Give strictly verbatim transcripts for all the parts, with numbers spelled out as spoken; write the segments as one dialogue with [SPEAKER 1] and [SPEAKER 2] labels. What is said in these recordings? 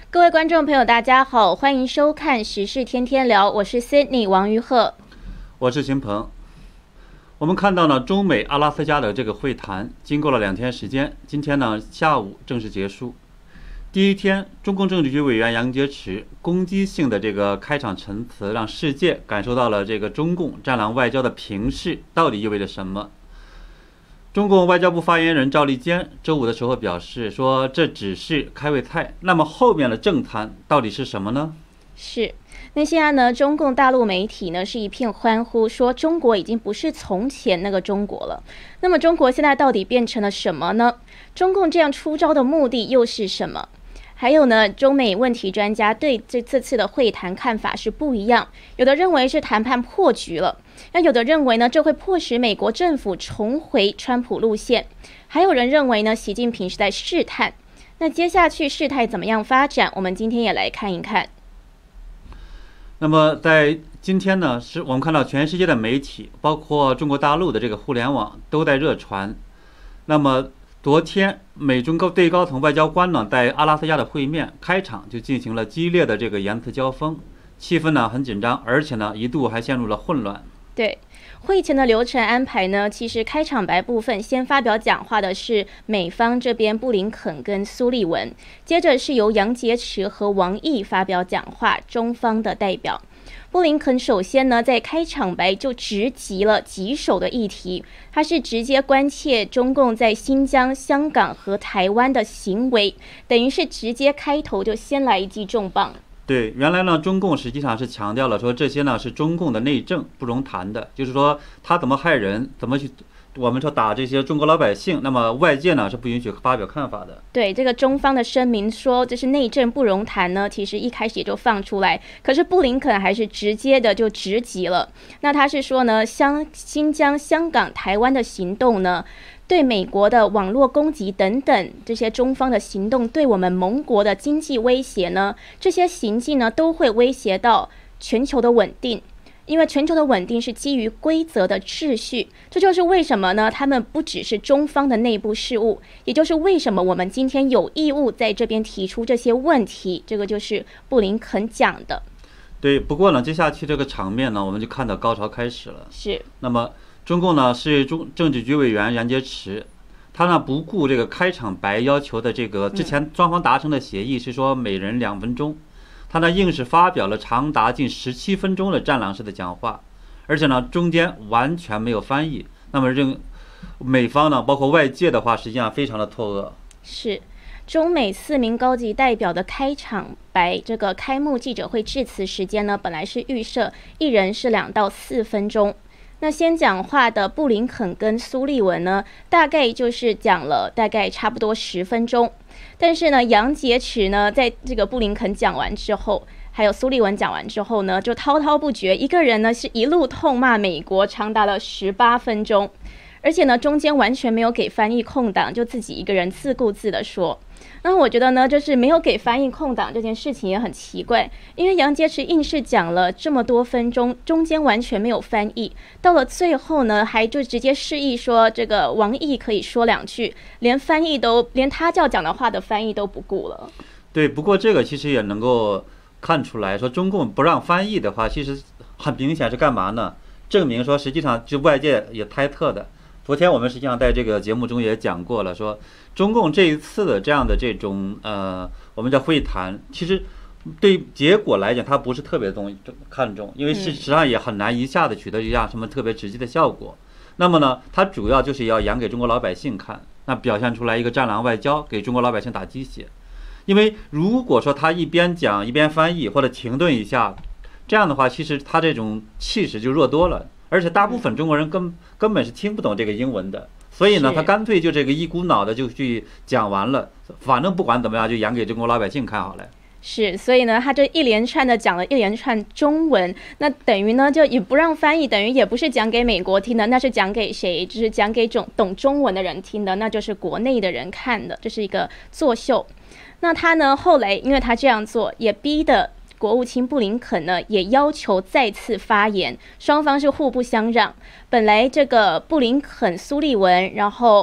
[SPEAKER 1] 各位观众朋友，大家好，欢迎收看《时事天天聊》，我是 Sydney 王于鹤，
[SPEAKER 2] 我是秦鹏。我们看到呢，中美阿拉斯加的这个会谈经过了两天时间，今天呢下午正式结束。第一天，中共政治局委员杨洁篪攻击性的这个开场陈词，让世界感受到了这个中共战狼外交的平视到底意味着什么。中共外交部发言人赵立坚周五的时候表示说，这只是开胃菜，那么后面的正餐到底是什么呢？
[SPEAKER 1] 是，那现在呢，中共大陆媒体呢是一片欢呼，说中国已经不是从前那个中国了。那么中国现在到底变成了什么呢？中共这样出招的目的又是什么？还有呢，中美问题专家对这这次的会谈看法是不一样，有的认为是谈判破局了，那有的认为呢，这会迫使美国政府重回川普路线，还有人认为呢，习近平是在试探。那接下去事态怎么样发展，我们今天也来看一看。
[SPEAKER 2] 那么在今天呢，是我们看到全世界的媒体，包括中国大陆的这个互联网都在热传。那么昨天，美中高最高层外交官呢，在阿拉斯加的会面开场就进行了激烈的这个言辞交锋，气氛呢很紧张，而且呢一度还陷入了混乱。
[SPEAKER 1] 对，会前的流程安排呢，其实开场白部分先发表讲话的是美方这边布林肯跟苏利文，接着是由杨洁篪和王毅发表讲话，中方的代表。布林肯首先呢，在开场白就直击了棘手的议题，他是直接关切中共在新疆、香港和台湾的行为，等于是直接开头就先来一记重磅。
[SPEAKER 2] 对，原来呢，中共实际上是强调了说这些呢是中共的内政，不容谈的，就是说他怎么害人，怎么去。我们说打这些中国老百姓，那么外界呢是不允许发表看法的。
[SPEAKER 1] 对，这个中方的声明说这是内政不容谈呢，其实一开始也就放出来，可是布林肯还是直接的就直击了。那他是说呢，香新疆、香港、台湾的行动呢，对美国的网络攻击等等这些中方的行动，对我们盟国的经济威胁呢，这些行径呢都会威胁到全球的稳定。因为全球的稳定是基于规则的秩序，这就是为什么呢？他们不只是中方的内部事务，也就是为什么我们今天有义务在这边提出这些问题。这个就是布林肯讲的。
[SPEAKER 2] 对，不过呢，接下去这个场面呢，我们就看到高潮开始了。
[SPEAKER 1] 是。那
[SPEAKER 2] 么中共呢是中政治局委员杨洁篪，他呢不顾这个开场白要求的这个之前双方达成的协议是说每人两分钟。他呢硬是发表了长达近十七分钟的战狼式的讲话，而且呢中间完全没有翻译。那么认美方呢，包括外界的话，实际上非常的错愕。
[SPEAKER 1] 是，中美四名高级代表的开场白，这个开幕记者会致辞时间呢，本来是预设一人是两到四分钟。那先讲话的布林肯跟苏利文呢，大概就是讲了大概差不多十分钟。但是呢，杨洁篪呢，在这个布林肯讲完之后，还有苏利文讲完之后呢，就滔滔不绝，一个人呢是一路痛骂美国，长达了十八分钟，而且呢，中间完全没有给翻译空档，就自己一个人自顾自的说。那我觉得呢，就是没有给翻译空档这件事情也很奇怪，因为杨洁篪硬是讲了这么多分钟，中间完全没有翻译，到了最后呢，还就直接示意说这个王毅可以说两句，连翻译都连他要讲的话的翻译都不顾了。
[SPEAKER 2] 对，不过这个其实也能够看出来说，中共不让翻译的话，其实很明显是干嘛呢？证明说实际上就外界也猜测的。昨天我们实际上在这个节目中也讲过了，说中共这一次的这样的这种呃，我们叫会谈，其实对结果来讲，它不是特别重看重，因为事实上也很难一下子取得一样什么特别直接的效果。那么呢，它主要就是要演给中国老百姓看，那表现出来一个战狼外交，给中国老百姓打鸡血。因为如果说他一边讲一边翻译或者停顿一下，这样的话，其实他这种气势就弱多了。而且大部分中国人根根本是听不懂这个英文的，所以呢，他干脆就这个一股脑的就去讲完了，反正不管怎么样，就演给中国老百姓看好了。
[SPEAKER 1] 是，所以呢，他就一连串的讲了一连串中文，那等于呢就也不让翻译，等于也不是讲给美国听的，那是讲给谁？就是讲给懂懂中文的人听的，那就是国内的人看的，这是一个作秀。那他呢后来因为他这样做，也逼得国务卿布林肯呢也要求再次发言，双方是互不相让。本来这个布林肯、苏利文，然后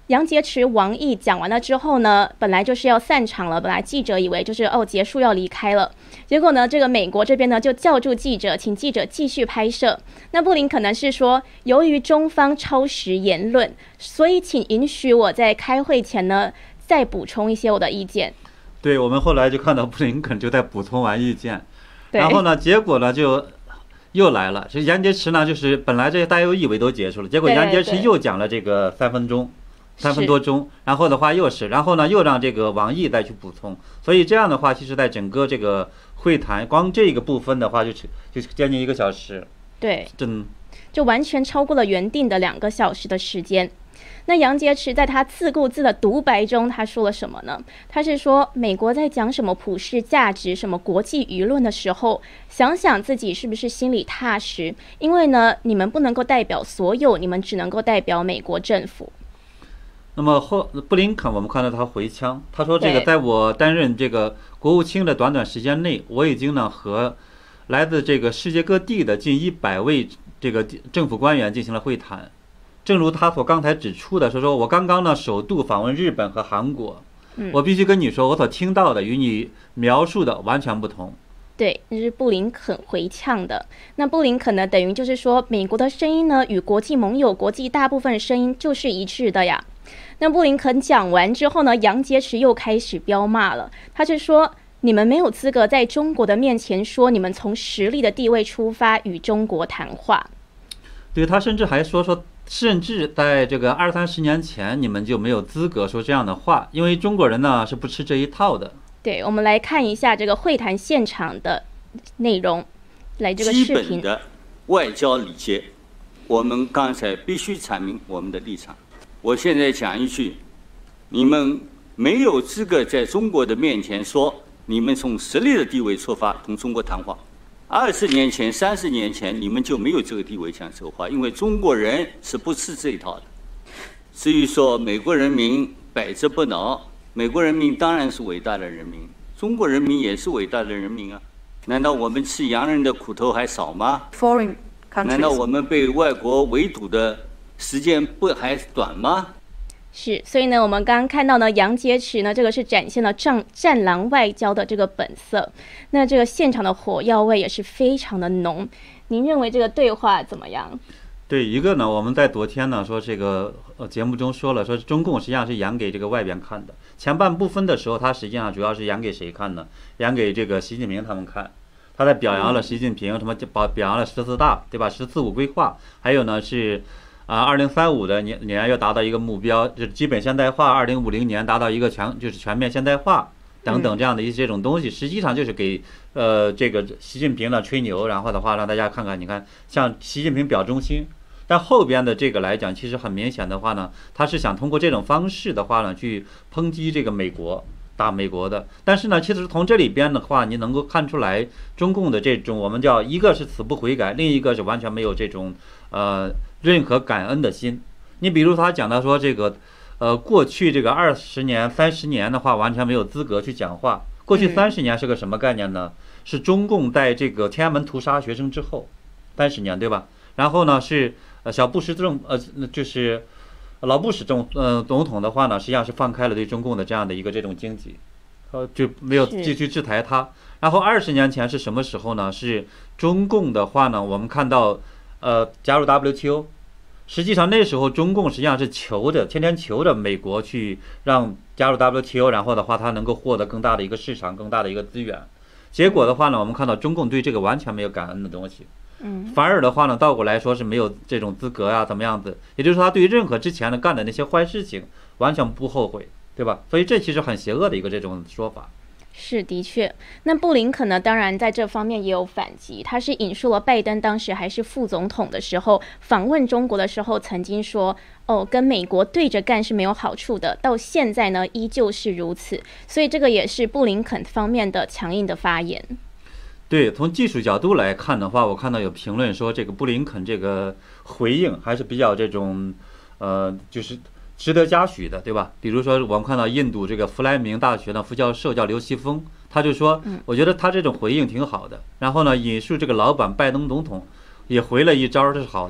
[SPEAKER 1] 杨洁篪、王毅讲完了之后呢，本来就是要散场了，本来记者以为就是哦结束要离开了，结果呢，这个美国这边呢就叫住记者，请记者继续拍摄。那布林肯呢是说，由于中方超时言论，所以请允许我在开会前呢再补充一些我的意见。
[SPEAKER 2] 对，我们后来就看到布林肯就在补充完意见，然后呢，结果呢就又来了。这杨洁篪呢，就是本来这些大家以为都结束了，结果杨洁篪又讲了这个三分钟。三分多钟，然后的话又是，然后呢又让这个王毅再去补充，所以这样的话，其实在整个这个会谈，光这个部分的话就，就就将近一个小时，
[SPEAKER 1] 对，
[SPEAKER 2] 真
[SPEAKER 1] 就完全超过了原定的两个小时的时间。那杨洁篪在他自顾自的独白中，他说了什么呢？他是说，美国在讲什么普世价值、什么国际舆论的时候，想想自己是不是心里踏实，因为呢，你们不能够代表所有，你们只能够代表美国政府。
[SPEAKER 2] 那么后布林肯，我们看到他回枪，他说：“这个在我担任这个国务卿的短短时间内，我已经呢和来自这个世界各地的近一百位这个政府官员进行了会谈。正如他所刚才指出的，说说我刚刚呢首度访问日本和韩国，我必须跟你说，我所听到的与你描述的完全不同。”
[SPEAKER 1] 对，这是布林肯回呛的。那布林肯呢，等于就是说，美国的声音呢与国际盟友、国际大部分声音就是一致的呀。那布林肯讲完之后呢，杨洁篪又开始飙骂了。他是说，你们没有资格在中国的面前说你们从实力的地位出发与中国谈话。
[SPEAKER 2] 对，他甚至还说说，甚至在这个二三十年前，你们就没有资格说这样的话，因为中国人呢是不吃这一套的。
[SPEAKER 1] 对，我们来看一下这个会谈现场的内容，来这个视频。
[SPEAKER 3] 基本的外交礼节，我们刚才必须阐明我们的立场。我现在讲一句，你们没有资格在中国的面前说你们从实力的地位出发同中国谈话。二十年前、三十年前，你们就没有这个地位讲这个话，因为中国人是不吃这一套的。至于说美国人民百折不挠，美国人民当然是伟大的人民，中国人民也是伟大的人民啊！难道我们吃洋人的苦头还少吗？
[SPEAKER 4] Foreign countries.
[SPEAKER 3] 难道我们被外国围堵的时间不还短吗？
[SPEAKER 1] 是，所以呢，我们刚刚看到呢，杨洁篪呢，这个是展现了战战狼外交的这个本色。那这个现场的火药味也是非常的浓。您认为这个对话怎么样？
[SPEAKER 2] 对，一个呢，我们在昨天呢说这个呃节目中说了，说中共实际上是演给这个外边看的。前半部分的时候，他实际上主要是演给谁看呢？演给这个习近平他们看。他在表扬了习近平，什么表表扬了十四大，对吧？十四五规划，还有呢是。啊，二零三五的年年要达到一个目标，就是基本现代化；二零五零年达到一个全就是全面现代化等等这样的一些这种东西，实际上就是给呃这个习近平呢吹牛，然后的话让大家看看，你看像习近平表忠心，但后边的这个来讲，其实很明显的话呢，他是想通过这种方式的话呢去抨击这个美国。打美国的，但是呢，其实从这里边的话，你能够看出来，中共的这种我们叫一个是死不悔改，另一个是完全没有这种呃任何感恩的心。你比如他讲到说这个，呃，过去这个二十年、三十年的话，完全没有资格去讲话。过去三十年是个什么概念呢？是中共在这个天安门屠杀学生之后，三十年对吧？然后呢是呃小布什政呃就是。老布什总呃总统的话呢，实际上是放开了对中共的这样的一个这种经济，呃就没有继续制裁他。然后二十年前是什么时候呢？是中共的话呢，我们看到呃加入 W T O， 实际上那时候中共实际上是求着天天求着美国去让加入 W T O， 然后的话它能够获得更大的一个市场、更大的一个资源。结果的话呢，我们看到中共对这个完全没有感恩的东西。反而的话呢，倒过来说是没有这种资格呀、啊，怎么样子？也就是说，他对于任何之前的干的那些坏事情完全不后悔，对吧？所以这其实很邪恶的一个这种说法。
[SPEAKER 1] 是，的确。那布林肯呢，当然在这方面也有反击，他是引述了拜登当时还是副总统的时候，访问中国的时候曾经说，哦，跟美国对着干是没有好处的，到现在呢依旧是如此。所以这个也是布林肯方面的强硬的发言。
[SPEAKER 2] 对，从技术角度来看的话，我看到有评论说这个布林肯这个回应还是比较这种，呃，就是值得嘉许的，对吧？比如说我们看到印度这个弗莱明大学的副教授叫刘奇峰，他就说，我觉得他这种回应挺好的。然后呢，引述这个老板拜登总统也回了一招，这是好的。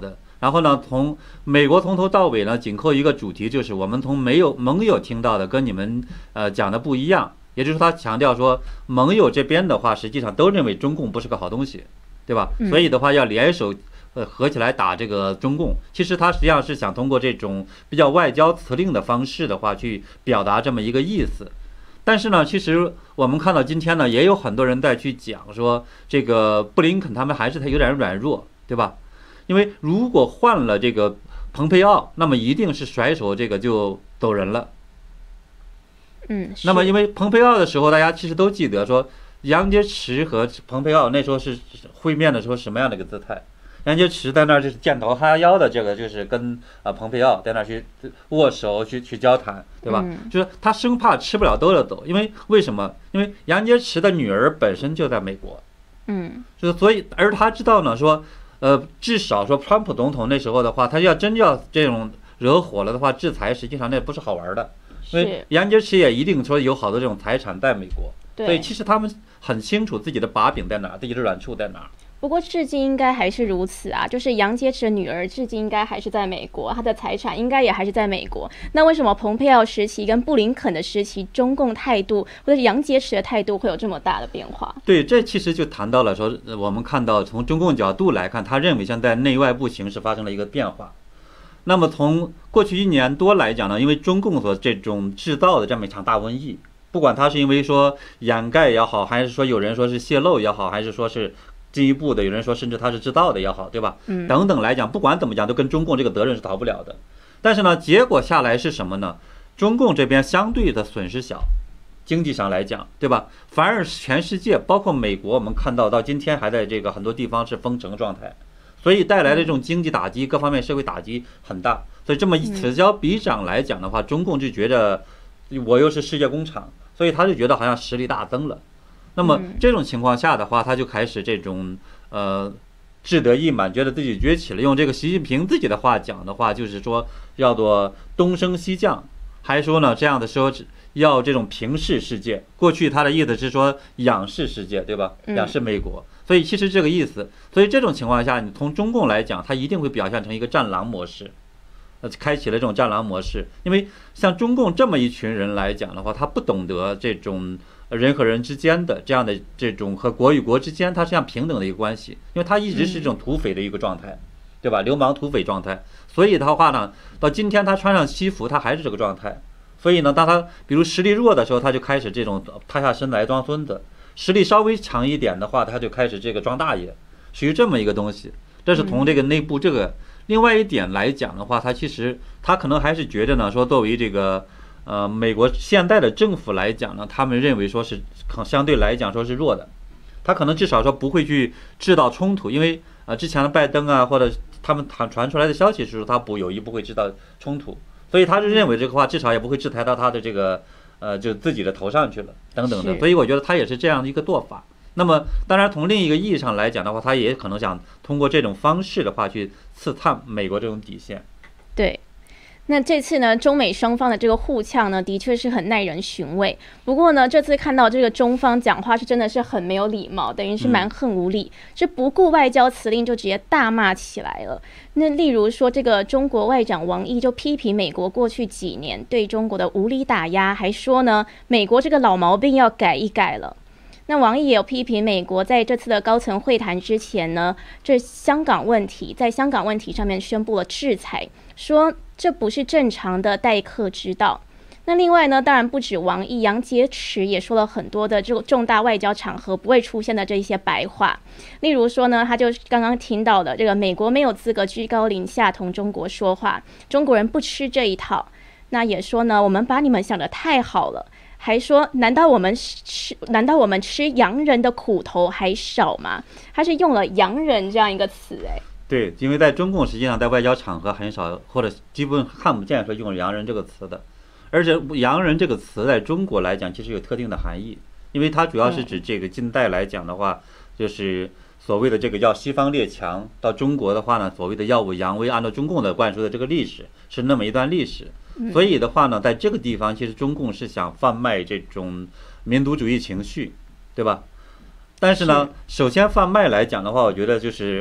[SPEAKER 2] 然后呢，从美国从头到尾呢，紧扣一个主题，就是我们从没有盟友听到的跟你们呃讲的不一样。也就是说，他强调说，盟友这边的话，实际上都认为中共不是个好东西，对吧？所以的话，要联手呃合起来打这个中共。其实他实际上是想通过这种比较外交辞令的方式的话，去表达这么一个意思。但是呢，其实我们看到今天呢，也有很多人在去讲说，这个布林肯他们还是他有点软弱，对吧？因为如果换了这个蓬佩奥，那么一定是甩手这个就走人了。
[SPEAKER 1] 嗯，
[SPEAKER 2] 那么因为蓬佩奥的时候，大家其实都记得说，杨洁篪和蓬佩奥那时候是会面的时候什么样的一个姿态？杨洁篪在那儿就是箭头哈腰的，这个就是跟啊蓬佩奥在那儿去握手去去交谈，对吧？
[SPEAKER 1] 嗯、
[SPEAKER 2] 就是他生怕吃不了兜着走，因为为什么？因为杨洁篪的女儿本身就在美国，
[SPEAKER 1] 嗯，
[SPEAKER 2] 就是所以而他知道呢，说呃至少说川普总统那时候的话，他要真要这种惹火了的话，制裁实际上那不是好玩的。因为杨洁篪也一定说有好多这种财产在美国，所以其实他们很清楚自己的把柄在哪，自己的软处在哪。
[SPEAKER 1] 不过至今应该还是如此啊，就是杨洁篪的女儿至今应该还是在美国，她的财产应该也还是在美国。那为什么蓬佩奥时期跟布林肯的时期，中共态度或者是杨洁篪的态度会有这么大的变化？
[SPEAKER 2] 对，这其实就谈到了说，我们看到从中共角度来看，他认为现在内外部形势发生了一个变化。那么从过去一年多来讲呢，因为中共所这种制造的这么一场大瘟疫，不管它是因为说掩盖也好，还是说有人说是泄露也好，还是说是进一步的有人说甚至它是制造的也好，对吧？
[SPEAKER 1] 嗯，
[SPEAKER 2] 等等来讲，不管怎么讲，都跟中共这个责任是逃不了的。但是呢，结果下来是什么呢？中共这边相对的损失小，经济上来讲，对吧？反而全世界，包括美国，我们看到到今天还在这个很多地方是封城状态。所以带来的这种经济打击，各方面社会打击很大。所以这么一此消彼长来讲的话，中共就觉得我又是世界工厂，所以他就觉得好像实力大增了。那么这种情况下的话，他就开始这种呃志得意满，觉得自己崛起了。用这个习近平自己的话讲的话，就是说叫做东升西降，还说呢这样的说要这种平视世界。过去他的意思是说仰视世界，对吧？仰视美国。所以其实这个意思，所以这种情况下，你从中共来讲，它一定会表现成一个战狼模式，呃，开启了这种战狼模式。因为像中共这么一群人来讲的话，他不懂得这种人和人之间的这样的这种和国与国之间，它是像平等的一个关系，因为它一直是这种土匪的一个状态，对吧？流氓土匪状态。所以的话呢，到今天他穿上西服，他还是这个状态。所以呢，当他比如实力弱的时候，他就开始这种塌下身来装孙子。实力稍微强一点的话，他就开始这个装大爷，属于这么一个东西。这是从这个内部这个。另外一点来讲的话，他其实他可能还是觉得呢，说作为这个呃美国现在的政府来讲呢，他们认为说是可相对来讲说是弱的，他可能至少说不会去制造冲突，因为呃之前的拜登啊或者他们传传出来的消息是说他不有意不会制造冲突，所以他是认为这个话至少也不会制裁到他的这个。呃，就自己的头上去了，等等的，所以我觉得他也是这样的一个做法。那么，当然从另一个意义上来讲的话，他也可能想通过这种方式的话去刺探美国这种底线。
[SPEAKER 1] 对。那这次呢，中美双方的这个互呛呢，的确是很耐人寻味。不过呢，这次看到这个中方讲话是真的是很没有礼貌，等于是蛮横无理，是不顾外交辞令就直接大骂起来了。那例如说，这个中国外长王毅就批评美国过去几年对中国的无理打压，还说呢，美国这个老毛病要改一改了。那王毅也有批评美国在这次的高层会谈之前呢，这香港问题在香港问题上面宣布了制裁，说这不是正常的待客之道。那另外呢，当然不止王毅，杨洁篪也说了很多的这种重大外交场合不会出现的这一些白话。例如说呢，他就刚刚听到的这个美国没有资格居高临下同中国说话，中国人不吃这一套。那也说呢，我们把你们想得太好了。还说，难道我们吃难道我们吃洋人的苦头还少吗？他是用了洋人这样一个词，哎，
[SPEAKER 2] 对，因为在中共实际上在外交场合很少或者基本看不见说用洋人这个词的，而且洋人这个词在中国来讲其实有特定的含义，因为它主要是指这个近代来讲的话，就是所谓的这个叫西方列强到中国的话呢，所谓的耀武扬威，按照中共的灌输的这个历史是那么一段历史。所以的话呢，在这个地方，其实中共是想贩卖这种民族主义情绪，对吧？但是呢，首先贩卖来讲的话，我觉得就是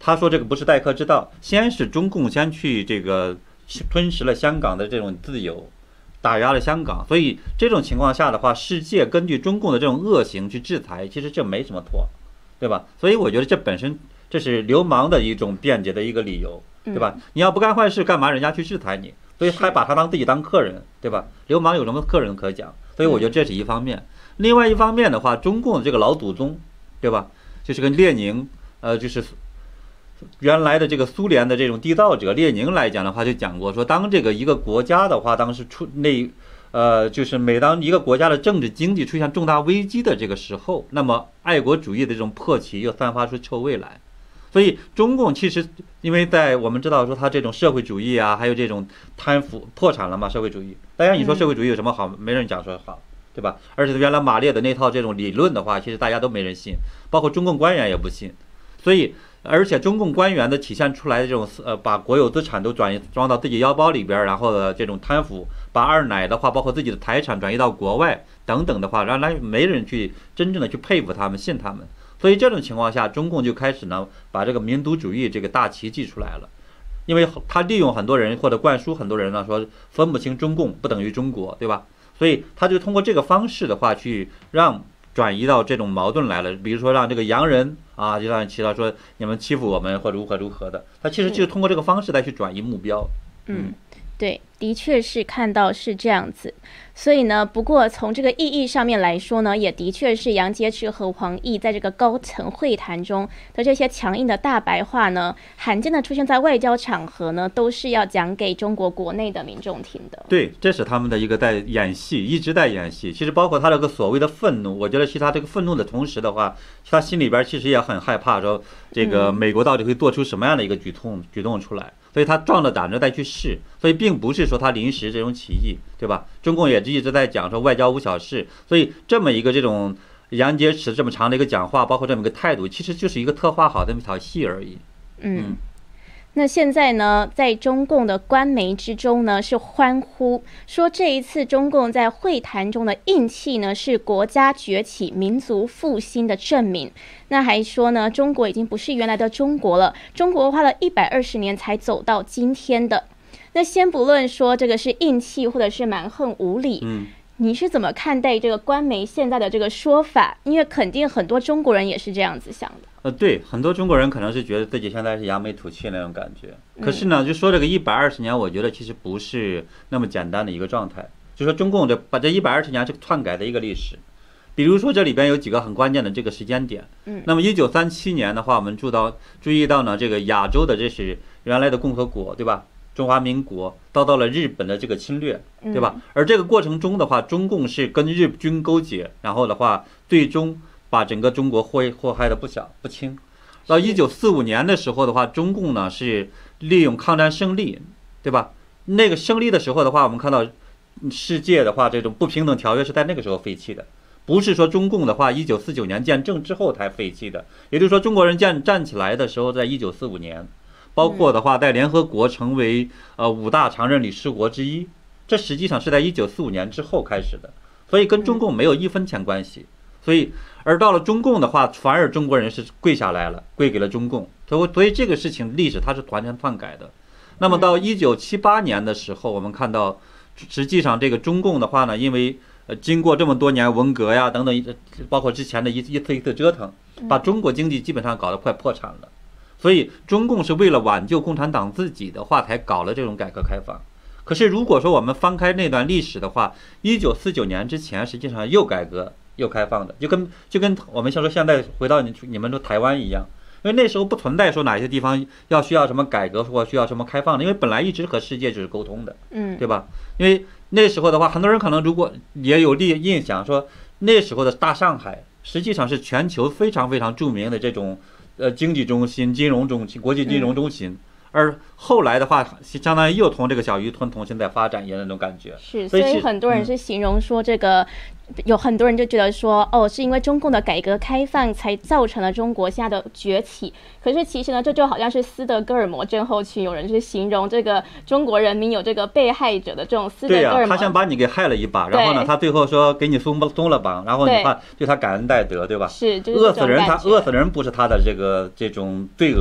[SPEAKER 2] 他说这个不是待客之道，先是中共先去这个吞噬了香港的这种自由，打压了香港，所以这种情况下的话，世界根据中共的这种恶行去制裁，其实这没什么错，对吧？所以我觉得这本身这是流氓的一种辩解的一个理由，对吧？你要不干坏事，干嘛人家去制裁你？所以还把他当自己当客人，对吧？流氓有什么客人可讲？所以我觉得这是一方面。另外一方面的话，中共的这个老祖宗，对吧？就是跟列宁，呃，就是原来的这个苏联的这种缔造者列宁来讲的话，就讲过说，当这个一个国家的话，当时出那呃，就是每当一个国家的政治经济出现重大危机的这个时候，那么爱国主义的这种迫起又散发出臭味来。所以中共其实，因为在我们知道说它这种社会主义啊，还有这种贪腐破产了嘛，社会主义。当然你说社会主义有什么好，没人讲说好，对吧？而且原来马列的那套这种理论的话，其实大家都没人信，包括中共官员也不信。所以，而且中共官员的体现出来的这种呃，把国有资产都转移装到自己腰包里边，然后的这种贪腐，把二奶的话，包括自己的财产转移到国外等等的话，原来没人去真正的去佩服他们，信他们。所以这种情况下，中共就开始呢，把这个民族主义这个大旗记出来了，因为他利用很多人或者灌输很多人呢，说分不清中共不等于中国，对吧？所以他就通过这个方式的话，去让转移到这种矛盾来了。比如说让这个洋人啊，就让其他说你们欺负我们或如何如何的，他其实就是通过这个方式来去转移目标。
[SPEAKER 1] 嗯，对，的确是看到是这样子。所以呢，不过从这个意义上面来说呢，也的确是杨洁篪和王毅在这个高层会谈中的这些强硬的大白话呢，罕见的出现在外交场合呢，都是要讲给中国国内的民众听的。
[SPEAKER 2] 对，这是他们的一个在演戏，一直在演戏。其实包括他这个所谓的愤怒，我觉得其实他这个愤怒的同时的话，他心里边其实也很害怕，说这个美国到底会做出什么样的一个举动举动出来。所以他壮着胆子再去试，所以并不是说他临时这种起义，对吧？中共也一直在讲说外交无小事，所以这么一个这种杨洁篪这么长的一个讲话，包括这么一个态度，其实就是一个特化好的一场戏而已。
[SPEAKER 1] 嗯。嗯，那现在呢，在中共的官媒之中呢，是欢呼说这一次中共在会谈中的硬气呢，是国家崛起、民族复兴的证明。那还说呢，中国已经不是原来的中国了，中国花了一百二十年才走到今天的。那先不论说这个是硬气或者是蛮横无理，
[SPEAKER 2] 嗯，
[SPEAKER 1] 你是怎么看待这个官媒现在的这个说法？因为肯定很多中国人也是这样子想的。
[SPEAKER 2] 呃，对，很多中国人可能是觉得自己现在是扬眉吐气那种感觉。可是呢，就说这个一百二十年，我觉得其实不是那么简单的一个状态。就说中共这把这一百二十年是篡改的一个历史。比如说这里边有几个很关键的这个时间点。
[SPEAKER 1] 嗯，
[SPEAKER 2] 那么一九三七年的话，我们注到注意到呢，这个亚洲的这是原来的共和国，对吧？中华民国遭到了日本的这个侵略，对吧？而这个过程中的话，中共是跟日军勾结，然后的话，最终把整个中国祸祸害的不小不轻。到一九四五年的时候的话，中共呢是利用抗战胜利，对吧？那个胜利的时候的话，我们看到世界的话，这种不平等条约是在那个时候废弃的，不是说中共的话一九四九年建政之后才废弃的。也就是说，中国人站站起来的时候，在一九四五年。包括的话，在联合国成为呃五大常任理事国之一，这实际上是在一九四五年之后开始的，所以跟中共没有一分钱关系。所以，而到了中共的话，反而中国人是跪下来了，跪给了中共。所以，所以这个事情历史它是完全篡改的。那么到一九七八年的时候，我们看到，实际上这个中共的话呢，因为呃经过这么多年文革呀等等，包括之前的一一次一次折腾，把中国经济基本上搞得快破产了。所以中共是为了挽救共产党自己的话，才搞了这种改革开放。可是如果说我们翻开那段历史的话，一九四九年之前实际上又改革又开放的，就跟就跟我们像说现在回到你你们说台湾一样，因为那时候不存在说哪些地方要需要什么改革或需要什么开放的，因为本来一直和世界就是沟通的，
[SPEAKER 1] 嗯，
[SPEAKER 2] 对吧？因为那时候的话，很多人可能如果也有印印象说，那时候的大上海实际上是全球非常非常著名的这种。呃，经济中心、金融中心、国际金融中心，嗯、而后来的话，相当于又同这个小渔村同心在发展一样那种感觉。
[SPEAKER 1] 是，所以很多人是形容说这个，嗯、有很多人就觉得说，哦，是因为中共的改革开放才造成了中国现在的崛起。可是其实呢，这就好像是斯德哥尔摩症候群，有人是形容这个中国人民有这个被害者的这种斯德哥尔摩。
[SPEAKER 2] 对呀、啊，他想把你给害了一把，然后呢，他最后说给你松松了绑，然后你话对他感恩戴德，对吧？
[SPEAKER 1] 是，就是、
[SPEAKER 2] 饿死人他饿死人不是他的这个这种罪恶，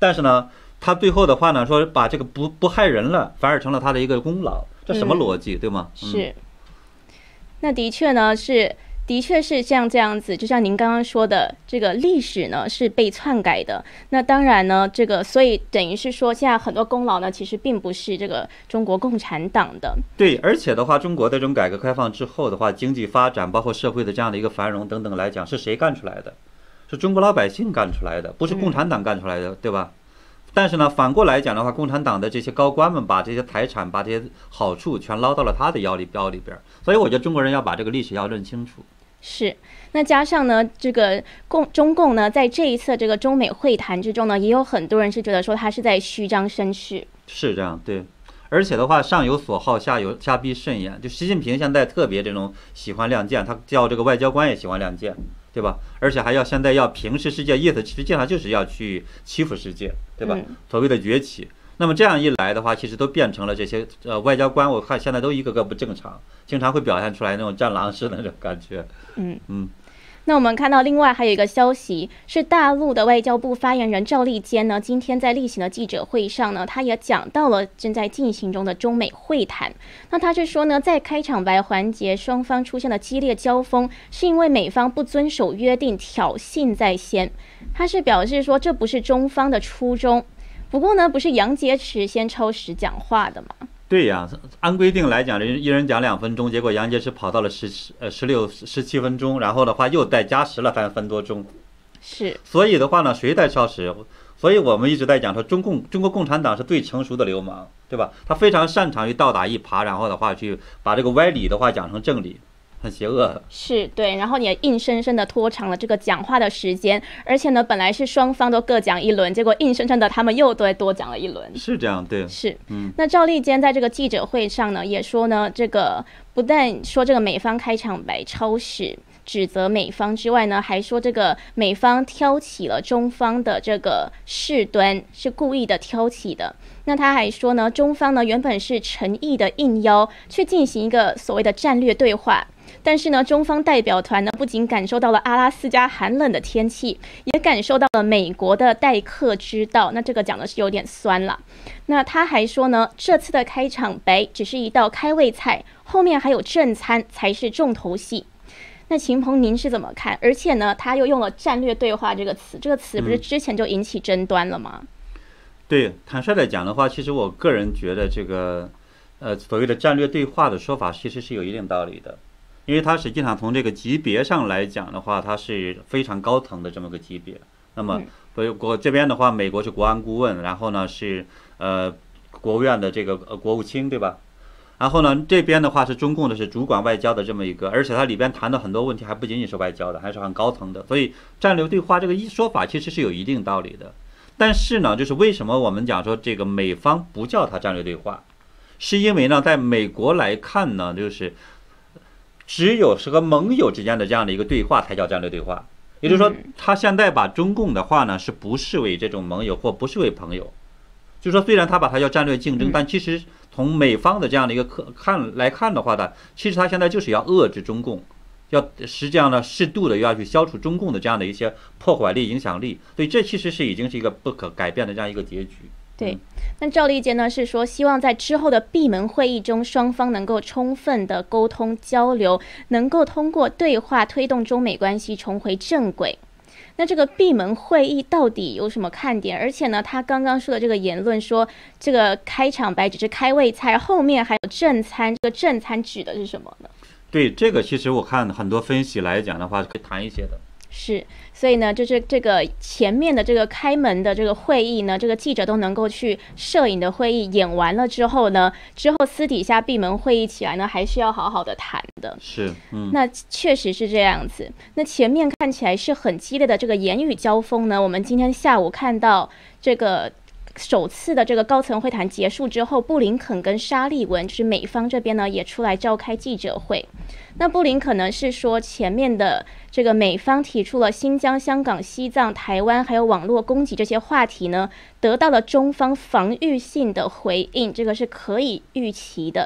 [SPEAKER 2] 但是呢，他最后的话呢，说把这个不不害人了，反而成了他的一个功劳，这什么逻辑，嗯、对吗？
[SPEAKER 1] 是，嗯、那的确呢是。的确是像这样子，就像您刚刚说的，这个历史呢是被篡改的。那当然呢，这个所以等于是说，现在很多功劳呢，其实并不是这个中国共产党的。
[SPEAKER 2] 对，而且的话，中国的这种改革开放之后的话，经济发展，包括社会的这样的一个繁荣等等来讲，是谁干出来的？是中国老百姓干出来的，不是共产党干出来的，嗯、对吧？但是呢，反过来讲的话，共产党的这些高官们把这些财产、把这些好处全捞到了他的腰里腰里边，所以我觉得中国人要把这个历史要认清楚。
[SPEAKER 1] 是，那加上呢，这个共中共呢，在这一次这个中美会谈之中呢，也有很多人是觉得说他是在虚张声势。
[SPEAKER 2] 是这样，对。而且的话，上有所好，下有下必甚焉。就习近平现在特别这种喜欢亮剑，他叫这个外交官也喜欢亮剑，对吧？而且还要现在要平视世界，意思实际上就是要去欺负世界，对吧？嗯、所谓的崛起。那么这样一来的话，其实都变成了这些呃外交官，我看现在都一个个不正常，经常会表现出来那种战狼式的那种感觉。嗯嗯。
[SPEAKER 1] 那我们看到另外还有一个消息，是大陆的外交部发言人赵立坚呢，今天在例行的记者会上呢，他也讲到了正在进行中的中美会谈。那他是说呢，在开场白环节，双方出现了激烈交锋，是因为美方不遵守约定，挑衅在先。他是表示说，这不是中方的初衷。不过呢，不是杨洁篪先超时讲话的吗？
[SPEAKER 2] 对呀，按规定来讲，人一人讲两分钟，结果杨洁篪跑到了十呃十六十七分钟，然后的话又再加时了三分多钟。
[SPEAKER 1] 是，
[SPEAKER 2] 所以的话呢，谁在超时？所以我们一直在讲说，中共中国共产党是最成熟的流氓，对吧？他非常擅长于倒打一耙，然后的话去把这个歪理的话讲成正理。很邪恶，
[SPEAKER 1] 是对，然后也硬生生的拖长了这个讲话的时间，而且呢，本来是双方都各讲一轮，结果硬生生的他们又多多讲了一轮，
[SPEAKER 2] 是这样，对，
[SPEAKER 1] 是，嗯。那赵立坚在这个记者会上呢，也说呢，这个不但说这个美方开场白超时，指责美方之外呢，还说这个美方挑起了中方的这个事端，是故意的挑起的。那他还说呢，中方呢原本是诚意的应邀去进行一个所谓的战略对话。但是呢，中方代表团呢不仅感受到了阿拉斯加寒冷的天气，也感受到了美国的待客之道。那这个讲的是有点酸了。那他还说呢，这次的开场白只是一道开胃菜，后面还有正餐才是重头戏。那秦鹏您是怎么看？而且呢，他又用了战略对话这个词，这个词不是之前就引起争端了吗？
[SPEAKER 2] 嗯、对，坦率来讲的话，其实我个人觉得这个呃所谓的战略对话的说法其实是有一定道理的。因为它实际上从这个级别上来讲的话，它是非常高层的这么个级别。那么，所以国这边的话，美国是国安顾问，然后呢是呃国务院的这个呃国务卿，对吧？然后呢这边的话是中共的是主管外交的这么一个，而且它里边谈的很多问题还不仅仅是外交的，还是很高层的。所以战略对话这个一说法其实是有一定道理的。但是呢，就是为什么我们讲说这个美方不叫它战略对话，是因为呢，在美国来看呢，就是只有是和盟友之间的这样的一个对话才叫战略对话，也就是说，他现在把中共的话呢是不视为这种盟友或不视为朋友，就是说虽然他把它叫战略竞争，但其实从美方的这样的一个看来看的话呢，其实他现在就是要遏制中共，要实际上呢适度的要去消除中共的这样的一些破坏力、影响力，所以这其实是已经是一个不可改变的这样一个结局。
[SPEAKER 1] 对，那赵立坚呢是说，希望在之后的闭门会议中，双方能够充分的沟通交流，能够通过对话推动中美关系重回正轨。那这个闭门会议到底有什么看点？而且呢，他刚刚说的这个言论说，这个开场白只是开胃菜，后面还有正餐，这个正餐指的是什么呢？
[SPEAKER 2] 对，这个其实我看很多分析来讲的话，可以谈一些的。
[SPEAKER 1] 是，所以呢，就是这个前面的这个开门的这个会议呢，这个记者都能够去摄影的会议演完了之后呢，之后私底下闭门会议起来呢，还是要好好的谈的。
[SPEAKER 2] 是，嗯，
[SPEAKER 1] 那确实是这样子。那前面看起来是很激烈的这个言语交锋呢，我们今天下午看到这个首次的这个高层会谈结束之后，布林肯跟沙利文就是美方这边呢也出来召开记者会。那布林肯呢是说，前面的这个美方提出了新疆、香港、西藏、台湾还有网络攻击这些话题呢，得到了中方防御性的回应，这个是可以预期的。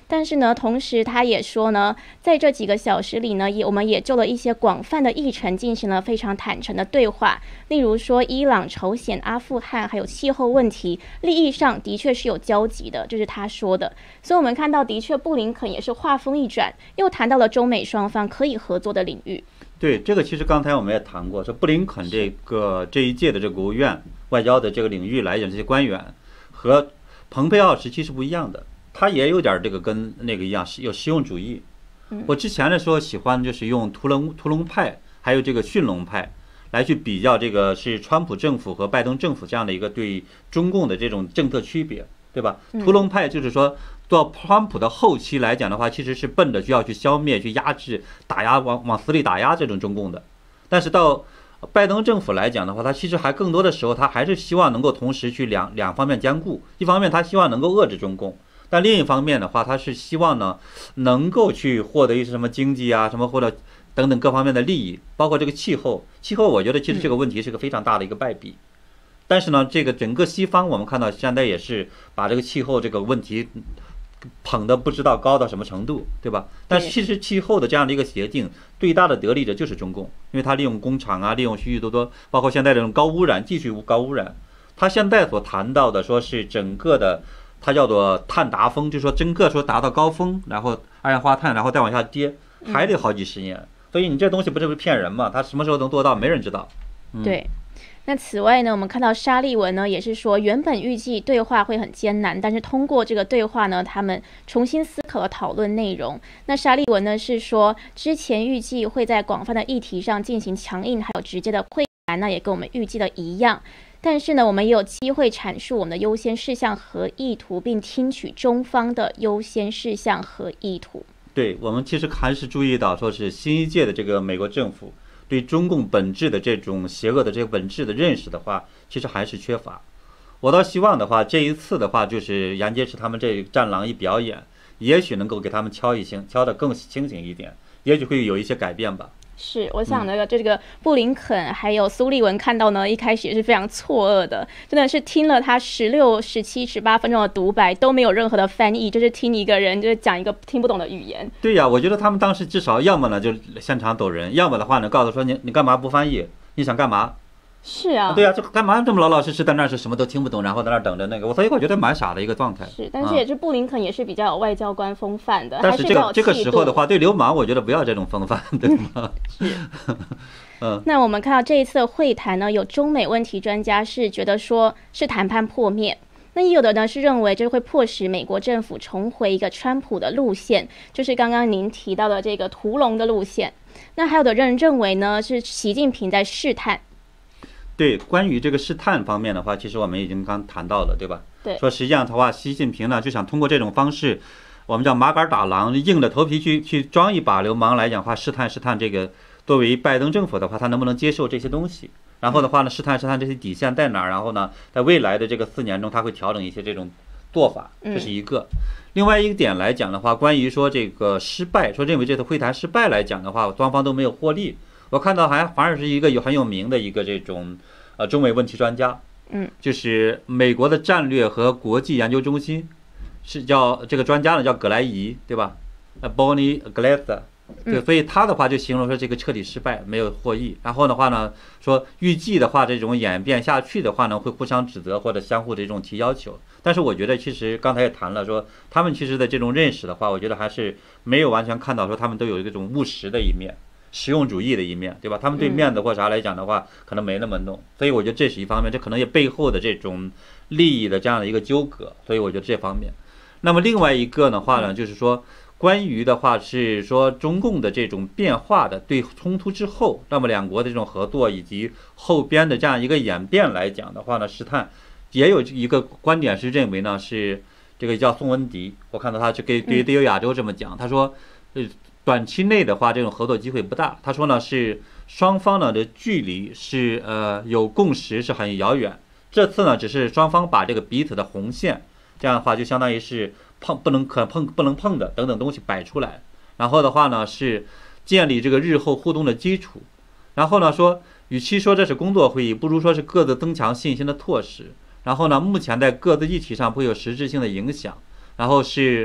[SPEAKER 1] 但是呢，同时他也说呢，在这几个小时里呢，也我们也就了一些广泛的议程进行了非常坦诚的对话，例如说伊朗、朝鲜、阿富汗还有气候问题，利益上的确是有交集的，这是他说的。所以我们看到，的确布林肯也是话锋一转，又谈到了中美双方可以合作的领域。
[SPEAKER 2] 对，这个其实刚才我们也谈过，说布林肯这个这一届的这个国务院外交的这个领域来讲，这些官员和蓬佩奥时期是不一样的，他也有点这个跟那个一样，是有实用主义。我之前的时候喜欢就是用屠龙屠龙派还有这个驯龙派来去比较这个是川普政府和拜登政府这样的一个对中共的这种政策区别，对吧？屠龙派就是说到川普的后期来讲的话，其实是奔着需要去消灭、去压制、打压、往往死里打压这种中共的。但是到拜登政府来讲的话，他其实还更多的时候，他还是希望能够同时去两两方面兼顾。一方面，他希望能够遏制中共，但另一方面的话，他是希望呢能够去获得一些什么经济啊、什么或者等等各方面的利益，包括这个气候。气候，我觉得其实这个问题是个非常大的一个败笔。但是呢，这个整个西方我们看到现在也是把这个气候这个问题捧得不知道高到什么程度，对吧？但是其实气候的这样的一个协定，最大的得利者就是中共，因为它利用工厂啊，利用许许多多，包括现在这种高污染，继续高污染。它现在所谈到的说是整个的，它叫做碳达峰，就是说整个说达到高峰，然后二氧化碳，然后再往下跌，还得好几十年。所以你这东西不是骗人吗？它什么时候能做到，没人知道。嗯、
[SPEAKER 1] 对。那此外呢，我们看到沙利文呢也是说，原本预计对话会很艰难，但是通过这个对话呢，他们重新思考了讨论内容。那沙利文呢是说，之前预计会在广泛的议题上进行强硬还有直接的会谈，那也跟我们预计的一样。但是呢，我们也有机会阐述我们的优先事项和意图，并听取中方的优先事项和意图。
[SPEAKER 2] 对，我们其实还是注意到，说是新一届的这个美国政府对中共本质的这种邪恶的这个本质的认识的话，其实还是缺乏。我倒希望的话，这一次的话，就是杨洁篪他们这战狼一表演，也许能够给他们敲一醒，敲得更清醒一点，也许会有一些改变吧。
[SPEAKER 1] 是，我想那个这个布林肯还有苏利文看到呢，一开始也是非常错愕的，真的是听了他十六、十七、十八分钟的独白都没有任何的翻译，就是听一个人就是讲一个听不懂的语言。
[SPEAKER 2] 对呀，我觉得他们当时至少要么呢就现场抖人，要么的话呢告诉说你你干嘛不翻译？你想干嘛？
[SPEAKER 1] 是啊，
[SPEAKER 2] 对啊，这干嘛这么老老实实在那是什么都听不懂，然后在那等着那个，我所以我觉得蛮傻的一个状态。
[SPEAKER 1] 是，但是也是布林肯也是比较有外交官风范的，
[SPEAKER 2] 但是这个这个时候的话，对流氓我觉得不要这种风范，对吗？
[SPEAKER 1] 是。嗯，那我们看到这一次的会谈呢，有中美问题专家是觉得说是谈判破灭，那也有的呢是认为这会迫使美国政府重回一个川普的路线，就是刚刚您提到的这个屠龙的路线。那还有的人认为呢是习近平在试探。
[SPEAKER 2] 对，关于这个试探方面的话，其实我们已经刚谈到了，对吧？
[SPEAKER 1] 对。
[SPEAKER 2] 说实际上的话，习近平呢就想通过这种方式，我们叫马杆打狼，硬着头皮去去装一把流氓来讲话，试探试探这个作为拜登政府的话，他能不能接受这些东西？然后的话呢，试探试探这些底线在哪儿？然后呢，在未来的这个四年中，他会调整一些这种做法，这是一个。嗯、另外一个点来讲的话，关于说这个失败，说认为这次会谈失败来讲的话，双方都没有获利。我看到还反而是一个有很有名的一个这种呃中美问题专家，
[SPEAKER 1] 嗯，
[SPEAKER 2] 就是美国的战略和国际研究中心，是叫这个专家呢叫葛莱仪，对吧？呃 ，Bonnie Glaser， 对，所以他的话就形容说这个彻底失败，没有获益。然后的话呢，说预计的话这种演变下去的话呢，会互相指责或者相互的这种提要求。但是我觉得其实刚才也谈了说，他们其实的这种认识的话，我觉得还是没有完全看到说他们都有这种务实的一面。实用主义的一面，对吧？他们对面子或啥来讲的话，可能没那么弄，所以我觉得这是一方面，这可能也背后的这种利益的这样的一个纠葛，所以我觉得这方面。那么另外一个的话呢，就是说关于的话是说中共的这种变化的对冲突之后，那么两国的这种合作以及后边的这样一个演变来讲的话呢，试探也有一个观点是认为呢是这个叫宋文迪，我看到他就给对对于亚洲这么讲，他说呃。短期内的话，这种合作机会不大。他说呢，是双方呢的距离是呃有共识是很遥远。这次呢，只是双方把这个彼此的红线，这样的话就相当于是碰不能可碰不能碰的等等东西摆出来。然后的话呢，是建立这个日后互动的基础。然后呢说，与其说这是工作会议，不如说是各自增强信心的措施。然后呢，目前在各自议题上不会有实质性的影响。然后是。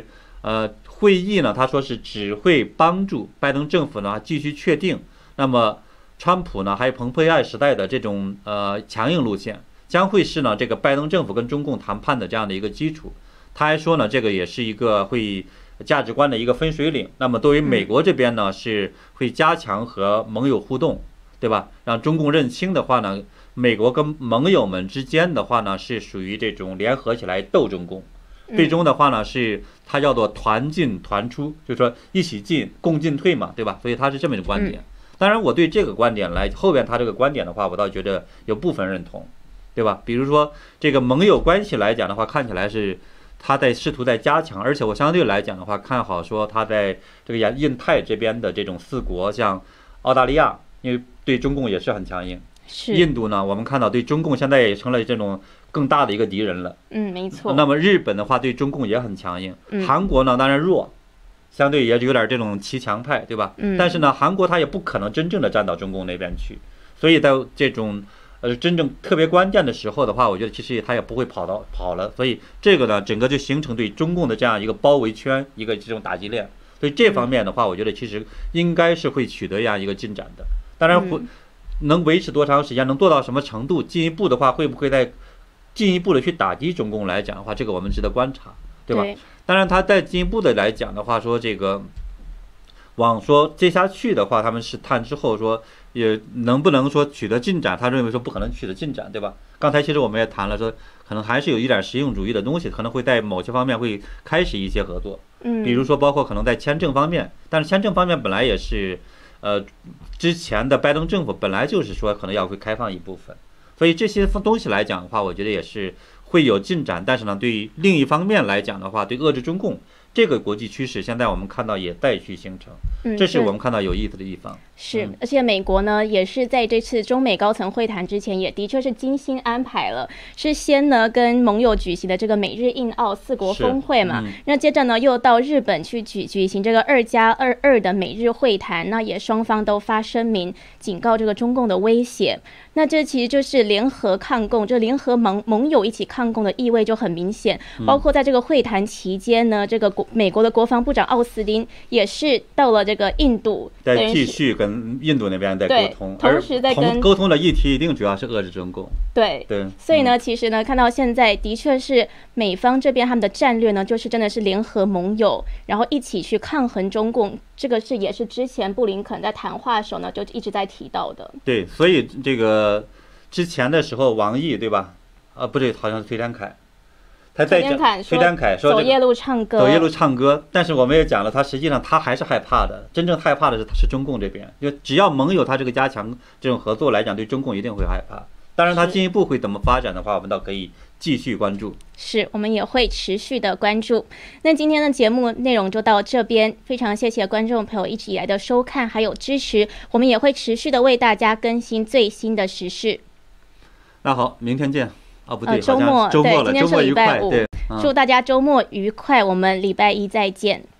[SPEAKER 2] 呃，会议呢，他说是只会帮助拜登政府呢继续确定，那么川普呢还有蓬佩奥时代的这种呃强硬路线，将会是呢这个拜登政府跟中共谈判的这样的一个基础。他还说呢，这个也是一个会价值观的一个分水岭。那么对于美国这边呢，是会加强和盟友互动，对吧？让中共认清的话呢，美国跟盟友们之间的话呢，是属于这种联合起来斗中共。最终的话呢，是它叫做团进团出，就是说一起进共进退嘛，对吧？所以他是这么一个观点。当然，我对这个观点来后边他这个观点的话，我倒觉得有部分认同，对吧？比如说这个盟友关系来讲的话，看起来是他在试图在加强，而且我相对来讲的话，看好说他在这个印太这边的这种四国，像澳大利亚，因为对中共也是很强硬。印度呢，我们看到对中共现在也成了这种更大的一个敌人了。
[SPEAKER 1] 嗯，没错。
[SPEAKER 2] 那么日本的话对中共也很强硬，韩国呢当然弱，相对也有点这种骑墙派，对吧？
[SPEAKER 1] 嗯。
[SPEAKER 2] 但是呢，韩国它也不可能真正的站到中共那边去，所以在这种呃真正特别关键的时候的话，我觉得其实它也不会跑到跑了。所以这个呢，整个就形成对中共的这样一个包围圈，一个这种打击链。所以这方面的话，我觉得其实应该是会取得这样一个进展的。当然会。能维持多长时间，能做到什么程度？进一步的话，会不会再进一步的去打击中共来讲的话，这个我们值得观察，对吧？
[SPEAKER 1] 对。
[SPEAKER 2] 当然，他再进一步的来讲的话，说这个往说接下去的话，他们试探之后说也能不能说取得进展？他认为说不可能取得进展，对吧？刚才其实我们也谈了说，可能还是有一点实用主义的东西，可能会在某些方面会开始一些合作，
[SPEAKER 1] 嗯，
[SPEAKER 2] 比如说包括可能在签证方面，但是签证方面本来也是。呃，之前的拜登政府本来就是说可能要会开放一部分，所以这些东西来讲的话，我觉得也是会有进展。但是呢，对于另一方面来讲的话，对遏制中共这个国际趋势，现在我们看到也在去形成，这是我们看到有意思的地方。
[SPEAKER 1] 是，而且美国呢，也是在这次中美高层会谈之前，也的确是精心安排了，是先呢跟盟友举行的这个美日印澳四国峰会嘛，
[SPEAKER 2] 嗯、
[SPEAKER 1] 那接着呢又到日本去举举行这个二加二二的美日会谈，那也双方都发声明警告这个中共的威胁。那这其实就是联合抗共，就联合盟盟友一起抗共的意味就很明显。包括在这个会谈期间呢，这个国美国的国防部长奥斯汀也是到了这个印度，
[SPEAKER 2] 在继续跟印度那边在沟通，
[SPEAKER 1] 同时在跟
[SPEAKER 2] 沟通的议题一定主要是遏制中共。
[SPEAKER 1] 对
[SPEAKER 2] 对，
[SPEAKER 1] 所以呢，其实呢，看到现在的确是美方这边他们的战略呢，就是真的是联合盟友，然后一起去抗衡中共。这个是也是之前布林肯在谈话的时候呢，就一直在提到的。
[SPEAKER 2] 对，所以这个之前的时候，王毅对吧？啊，不对，好像是崔天凯。他在讲崔天凯说
[SPEAKER 1] 走夜路唱歌，
[SPEAKER 2] 走夜路唱歌。但是我们也讲了，他实际上他还是害怕的，真正害怕的是是中共这边，因为只要盟友他这个加强这种合作来讲，对中共一定会害怕。当然，他进一步会怎么发展的话，我们倒可以继续关注。
[SPEAKER 1] 是，我们也会持续的关注。那今天的节目内容就到这边，非常谢谢观众朋友一直以来的收看还有支持，我们也会持续的为大家更新最新的时事。
[SPEAKER 2] 那好，明天见。哦，不对，
[SPEAKER 1] 呃、周末
[SPEAKER 2] 周末了，
[SPEAKER 1] 对，今天是礼拜五，
[SPEAKER 2] 对，
[SPEAKER 1] 嗯、祝大家周末愉快，我们礼拜一再见。